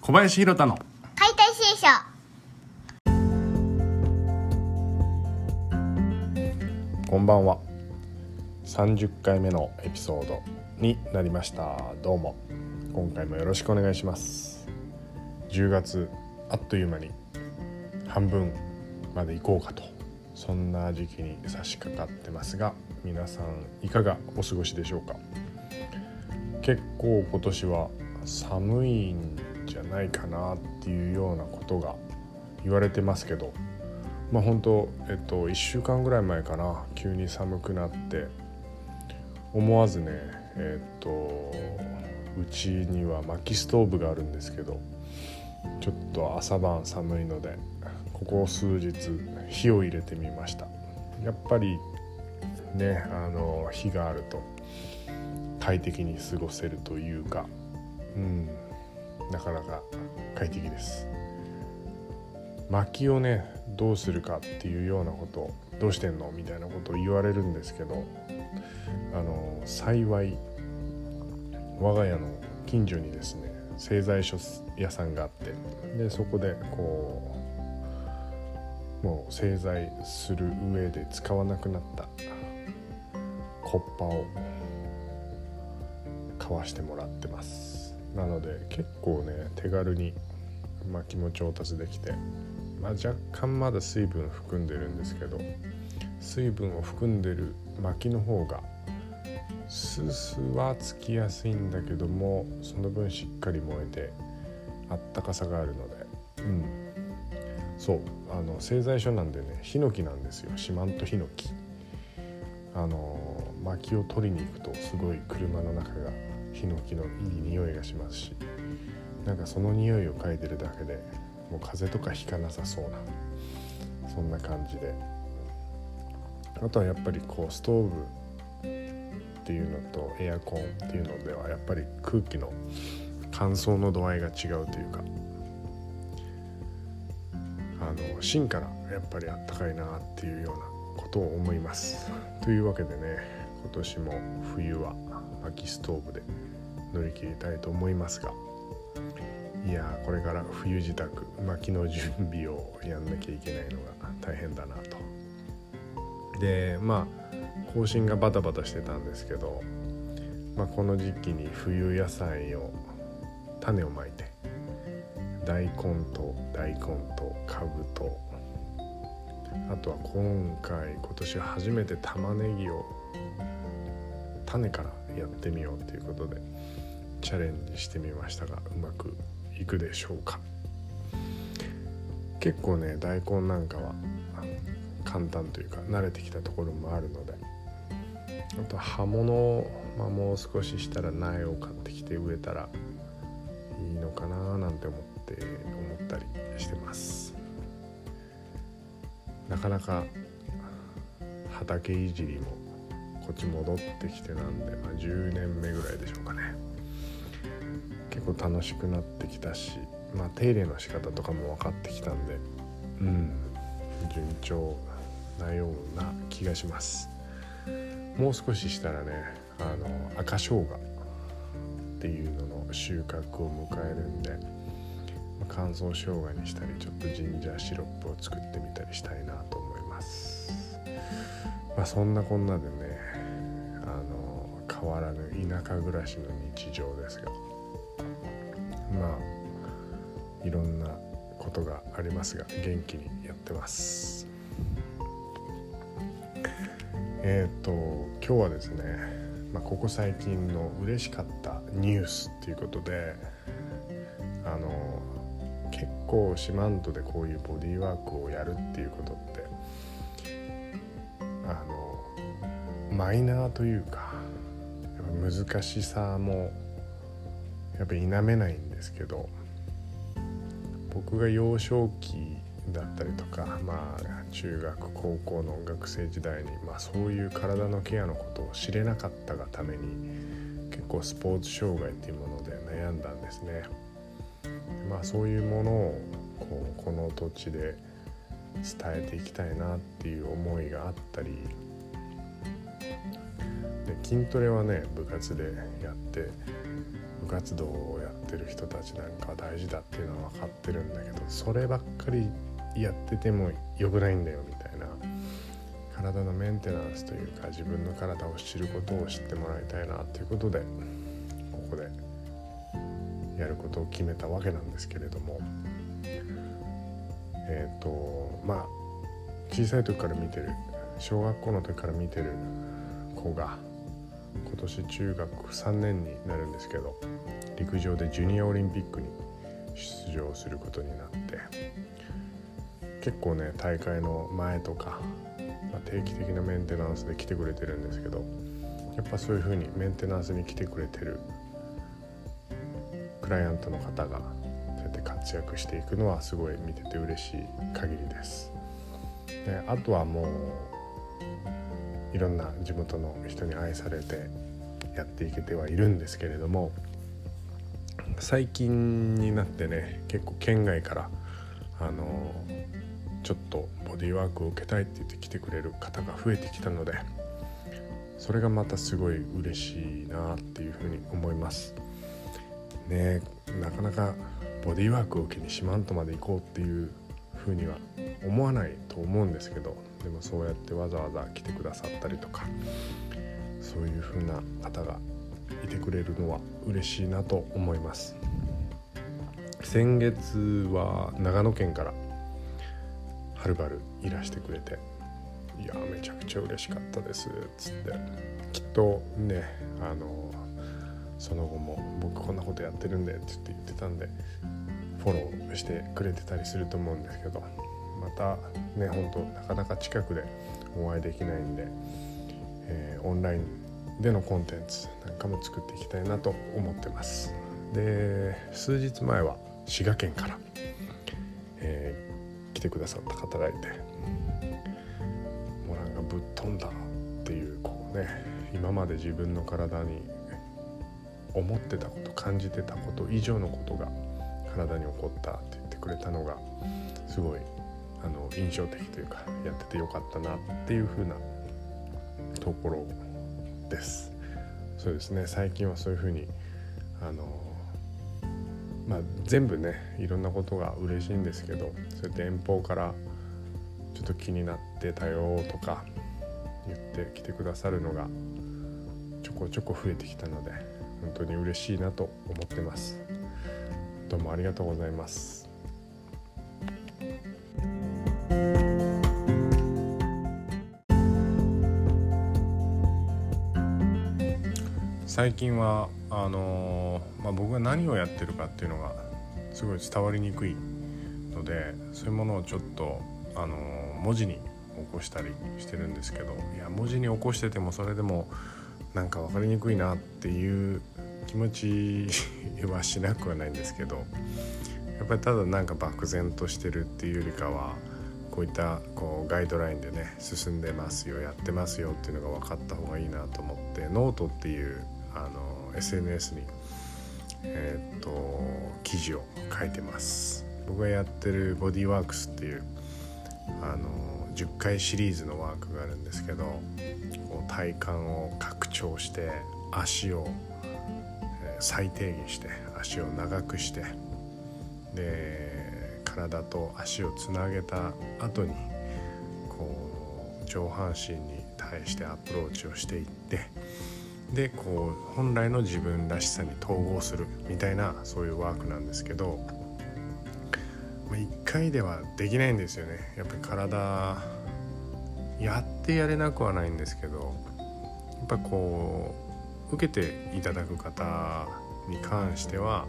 小林弘太の解体新書。 こんばんは。30回目のエピソードになりました。どうも今回もよろしくお願いします。10月あっという間に半分まで行こうかと、そんな時期に差し掛かってますが、皆さんいかがお過ごしでしょうか。結構今年は寒いんじゃないかなっていうようなことが言われてますけど、本当1週間ぐらい前かな、急に寒くなって思わずねうちには薪ストーブがあるんですけど、ちょっと朝晩寒いのでここ数日火を入れてみました。やっぱりね、火があると快適に過ごせるというか、なかなか快適です。薪をねどうするかっていうようなこと、どうしてんのみたいなことを言われるんですけど、幸い我が家の近所にですね製材所屋さんがあって、でそこでもう製材する上で使わなくなったコッパを買わしてもらってます。なので結構ね手軽に薪も調達できて、若干まだ水分含んでるんですけど、水分を含んでる薪の方がすすはつきやすいんだけども、その分しっかり燃えてあったかさがあるので、そう製材所なんでね、ヒノキなんですよ。四万十ヒノキ。薪を取りに行くとすごい車の中がヒノキのいい匂いがしますし、なんかその匂いを嗅いでるだけでもう風邪とかひかなさそうな、そんな感じで、あとはやっぱりストーブっていうのとエアコンっていうのではやっぱり空気の乾燥の度合いが違うというか、芯からやっぱりあったかいなっていうようなことを思います。というわけでね、今年も冬は薪ストーブで乗り切りたいと思いますが、いやこれから冬支度、薪の準備をやんなきゃいけないのが大変だなと。で更新がバタバタしてたんですけど、この時期に冬野菜を種をまいて、大根とカブと、あとは今年初めて玉ねぎを種からやってみようということでチャレンジしてみましたが、うまくいくでしょうか。結構ね大根なんかは簡単というか慣れてきたところもあるので、あと葉物を、もう少ししたら苗を買ってきて植えたらいいのかななんて思ったりしてます。なかなか畑いじりもこっち戻ってきてなんで、10年目ぐらいでしょうかね。結構楽しくなってきたし、手入れの仕方とかも分かってきたんで、順調なような気がします。もう少ししたらね赤生姜っていうのの収穫を迎えるんで、乾燥生姜にしたり、ちょっとジンジャーシロップを作ってみたりしたいなと思います。そんなこんなでね変わらぬ田舎暮らしの日常ですが、いろんなことがありますが元気にやってます。今日はですね、ここ最近の嬉しかったニュースっていうことで、結構四万十でこういうボディーワークをやるっていうことってマイナーというか、やっぱ難しさもやっぱ否めないんですけど、僕が幼少期だったりとか、中学高校の学生時代に、そういう体のケアのことを知れなかったがために結構スポーツ障害っていうもので悩んだんですね。そういうものをこの土地で伝えていきたいなっていう思いがあったりで、筋トレはね部活でやって活動をやってる人たちなんかは大事だっていうのは分かってるんだけど、そればっかりやってても良くないんだよみたいな、体のメンテナンスというか自分の体を知ることを知ってもらいたいなということでここでやることを決めたわけなんですけれども、小さい時から見てる、小学校の時から見てる子が今年中学3年になるんですけど、陸上でジュニアオリンピックに出場することになって、結構ね大会の前とか、定期的なメンテナンスで来てくれてるんですけど、やっぱそういう風にメンテナンスに来てくれてるクライアントの方がそうやって活躍していくのはすごい見てて嬉しい限りです。であとはもういろんな地元の人に愛されてやっていけてはいるんですけれども、最近になってね結構県外からちょっとボディーワークを受けたいって言って来てくれる方が増えてきたので、それがまたすごい嬉しいなっていうふうに思いますね。なかなかボディーワークを受けに四万十まで行こうっていうふうには思わないと思うんですけど、でもそうやってわざわざ来てくださったりとか、そういうふうな方がいてくれるのは嬉しいなと思います。先月は長野県からはるばるいらしてくれて、いやめちゃくちゃ嬉しかったですつって、きっとねその後も僕こんなことやってるんでって言ってたんでフォローしてくれてたりすると思うんですけど、またね本当なかなか近くでお会いできないんで、オンラインでのコンテンツなんかも作っていきたいなと思ってます。で数日前は滋賀県から、来てくださった方がいて、もうなんかぶっ飛んだっていう今まで自分の体に思ってたこと感じてたこと以上のことが体に起こったって言ってくれたのがすごい印象的というか、やっててよかったなっていう風なところです。そうですね、最近はそういう風に全部ねいろんなことが嬉しいんですけど、そうやって遠方からちょっと気になってたよとか言ってきてくださるのがちょこちょこ増えてきたので、本当に嬉しいなと思ってます。どうもありがとうございます。最近は僕が何をやってるかっていうのがすごい伝わりにくいので、そういうものをちょっと文字に起こしたりしてるんですけど、いや文字に起こしててもそれでもなんか分かりにくいなっていう気持ちはしなくはないんですけど、やっぱりただなんか漠然としてるっていうよりかは、こういったガイドラインでね進んでますよやってますよっていうのが分かった方がいいなと思って、ノートっていうSNS に記事を書いてます。僕がやってるボディワークスっていう10回シリーズのワークがあるんですけど、体幹を拡張して足を最低限して足を長くして、で体と足をつなげた後に上半身に対してアプローチをしていって、で本来の自分らしさに統合するみたいな、そういうワークなんですけど、1回ではできないんですよね。やっぱり体やってやれなくはないんですけど、やっぱ受けていただく方に関しては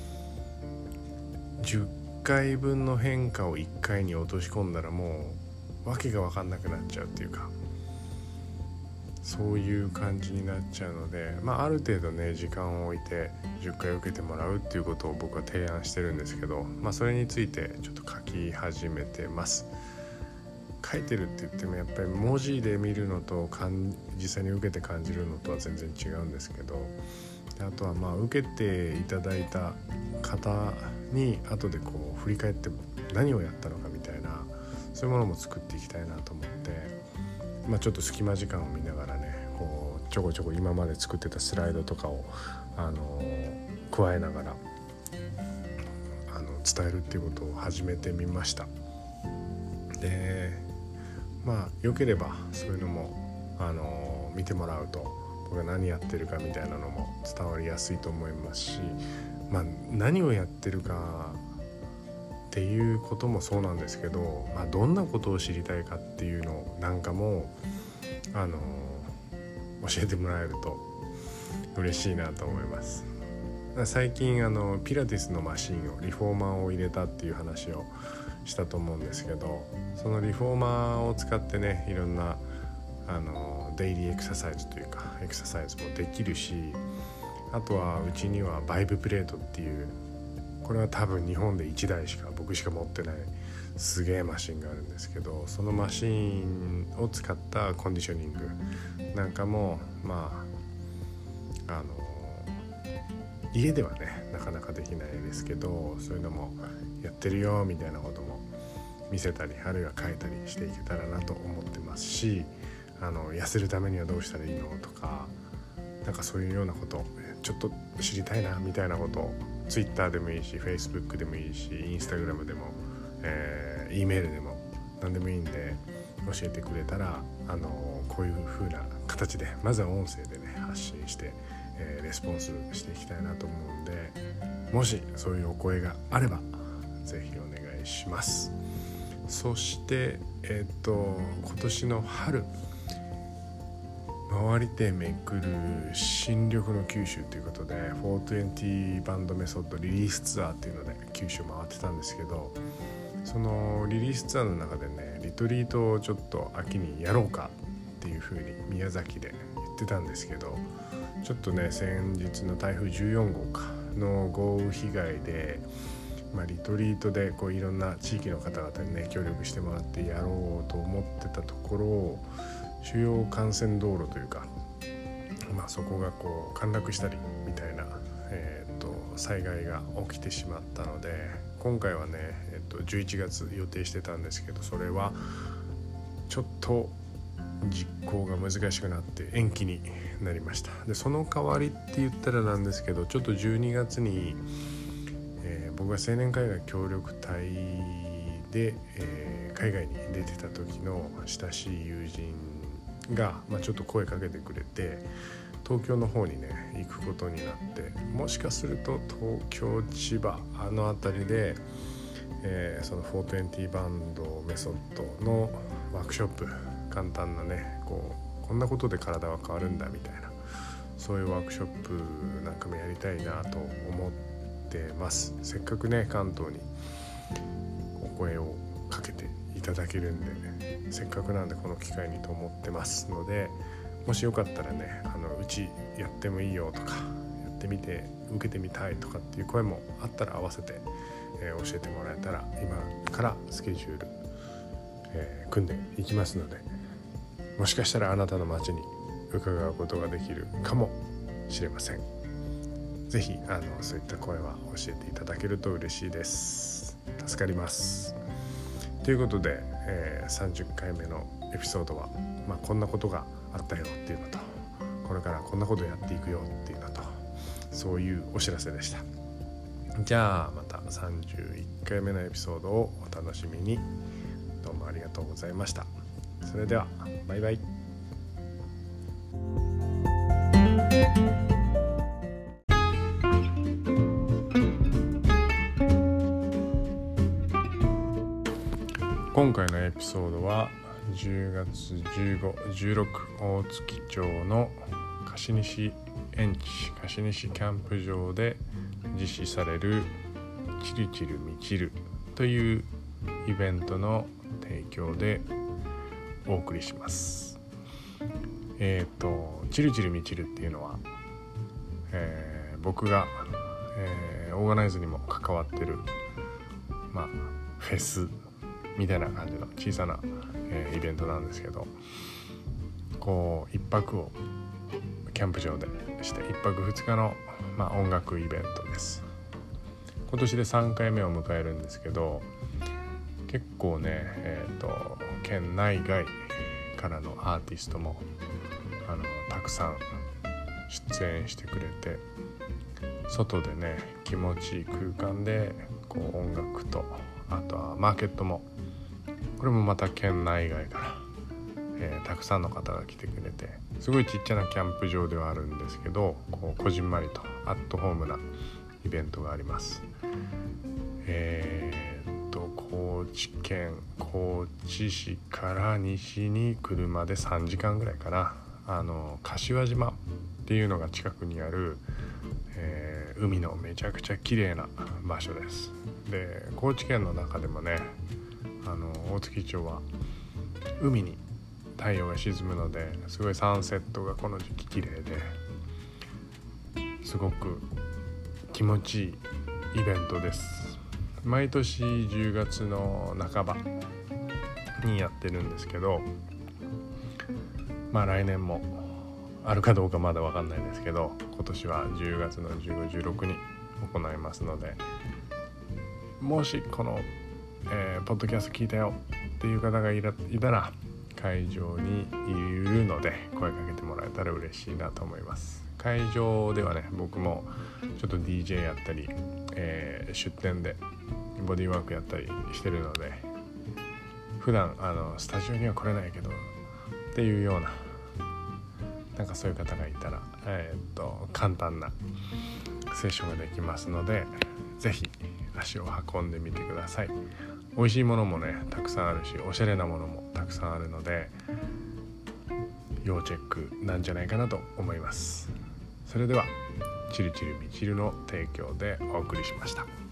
10回分の変化を1回に落とし込んだらもう訳が分かんなくなっちゃうっていうか、そういう感じになっちゃうので、ある程度ね時間を置いて10回受けてもらうっていうことを僕は提案してるんですけど、それについてちょっと書き始めてます。書いてるって言ってもやっぱり文字で見るのと実際に受けて感じるのとは全然違うんですけど、あとは受けていただいた方に後で振り返って何をやったのかみたいな、そういうものも作っていきたいなと思って、ちょっと隙間時間を見ながらねちょこちょこ今まで作ってたスライドとかを加えながら伝えるっていうことを始めてみました。で良ければそういうのも見てもらうと僕が何やってるかみたいなのも伝わりやすいと思いますし、何をやってるかっていうこともそうなんですけど、どんなことを知りたいかっていうのなんかも教えてもらえると嬉しいなと思います。最近ピラティスのマシンをリフォーマーを入れたっていう話をしたと思うんですけど、そのリフォーマーを使ってね、いろんなデイリーエクササイズというかエクササイズもできるし、あとはうちにはバイブプレートっていう、これは多分日本で1台僕しか持ってないすげえマシンがあるんですけど、そのマシンを使ったコンディショニングなんかも家ではねなかなかできないですけど、そういうのもやってるよみたいなことも見せたり、あるいは書いたりしていけたらなと思ってますし、痩せるためにはどうしたらいいのとか、なんかそういうようなことちょっと知りたいなみたいなことを Twitter でもいいし Facebook でもいいし Instagram でも、E メールでも何でもいいんで教えてくれたらこういう風な形でまずは音声でね発信してレスポンスしていきたいなと思うんで、もしそういうお声があればぜひお願いします。そして今年の春回りてめくる新緑の九州ということで420バンドメソッドリリースツアーっていうので九州回ってたんですけど、そのリリースツアーの中でねリトリートをちょっと秋にやろうかっていう風に宮崎で言ってたんですけど、ちょっとね先日の台風14号の豪雨被害で、リトリートでいろんな地域の方々にね協力してもらってやろうと思ってたところ、主要幹線道路というか、そこが陥落したりみたいな、災害が起きてしまったので、今回はね、11月予定してたんですけど、それはちょっと実行が難しくなって延期になりました。でその代わりって言ったらなんですけど、ちょっと12月に、僕が青年海外協力隊で、海外に出てた時の親しい友人が、ちょっと声かけてくれて東京の方にね行くことになって、もしかすると東京千葉辺りで、その420バンドメソッドのワークショップ、簡単なねこんなことで体は変わるんだみたいな、そういうワークショップなんかもやりたいなと思ってます。せっかくね関東にお声をかけていただけるんで、せっかくなんでこの機会にと思ってますので、もしよかったらねうちやってもいいよとか、やってみて受けてみたいとかっていう声もあったら合わせて、教えてもらえたら今からスケジュール、組んでいきますので、もしかしたらあなたの街に伺うことができるかもしれません。ぜひそういった声は教えていただけると嬉しいです。助かります。ということで、30回目のエピソードは、こんなことがあったよっていうのと、これからこんなことやっていくよっていうのと、そういうお知らせでした。じゃあまた31回目のエピソードをお楽しみに。どうもありがとうございました。それではバイバイ。今回のエピソードは10月15、16大月町の貸西園地貸西キャンプ場で実施されるチルチルミチルというイベントの提供でお送りします。チルチルミチルっていうのは、僕が、オーガナイズにも関わってる、フェスみたいな感じの小さな、イベントなんですけど、一泊をキャンプ場でして1泊2日の、音楽イベントです。今年で3回目を迎えるんですけど、結構ね、県内外からのアーティストもたくさん出演してくれて、 外でね気持ちいい空間でこう音楽と、あとはマーケットも、これもまた県内外から、たくさんの方が来てくれて、すごいちっちゃなキャンプ場ではあるんですけど、こうこじんまりとアットホームなイベントがあります。高知県高知市から西に車で3時間ぐらいかな、柏島っていうのが近くにある、海のめちゃくちゃ綺麗な場所です。で、高知県の中でもね、大月町は海に太陽が沈むので、すごいサンセットがこの時期綺麗ですごく気持ちいいイベントです。毎年10月の半ばにやってるんですけど、来年もあるかどうかまだ分かんないですけど、今年は10月の15、16に行いますので、もしこの、ポッドキャスト聞いたよっていう方がいたら会場にいるので声かけてもらえたら嬉しいなと思います。会場ではね、僕もちょっと DJ やったり、出店でボディーワークやったりしてるので、普段スタジオには来れないけどっていうような、なんかそういう方がいたら、簡単なセッションができますので、ぜひ足を運んでみてください。美味しいものもねたくさんあるし、おしゃれなものもたくさんあるので要チェックなんじゃないかなと思います。それではチルチルミチルの提供でお送りしました。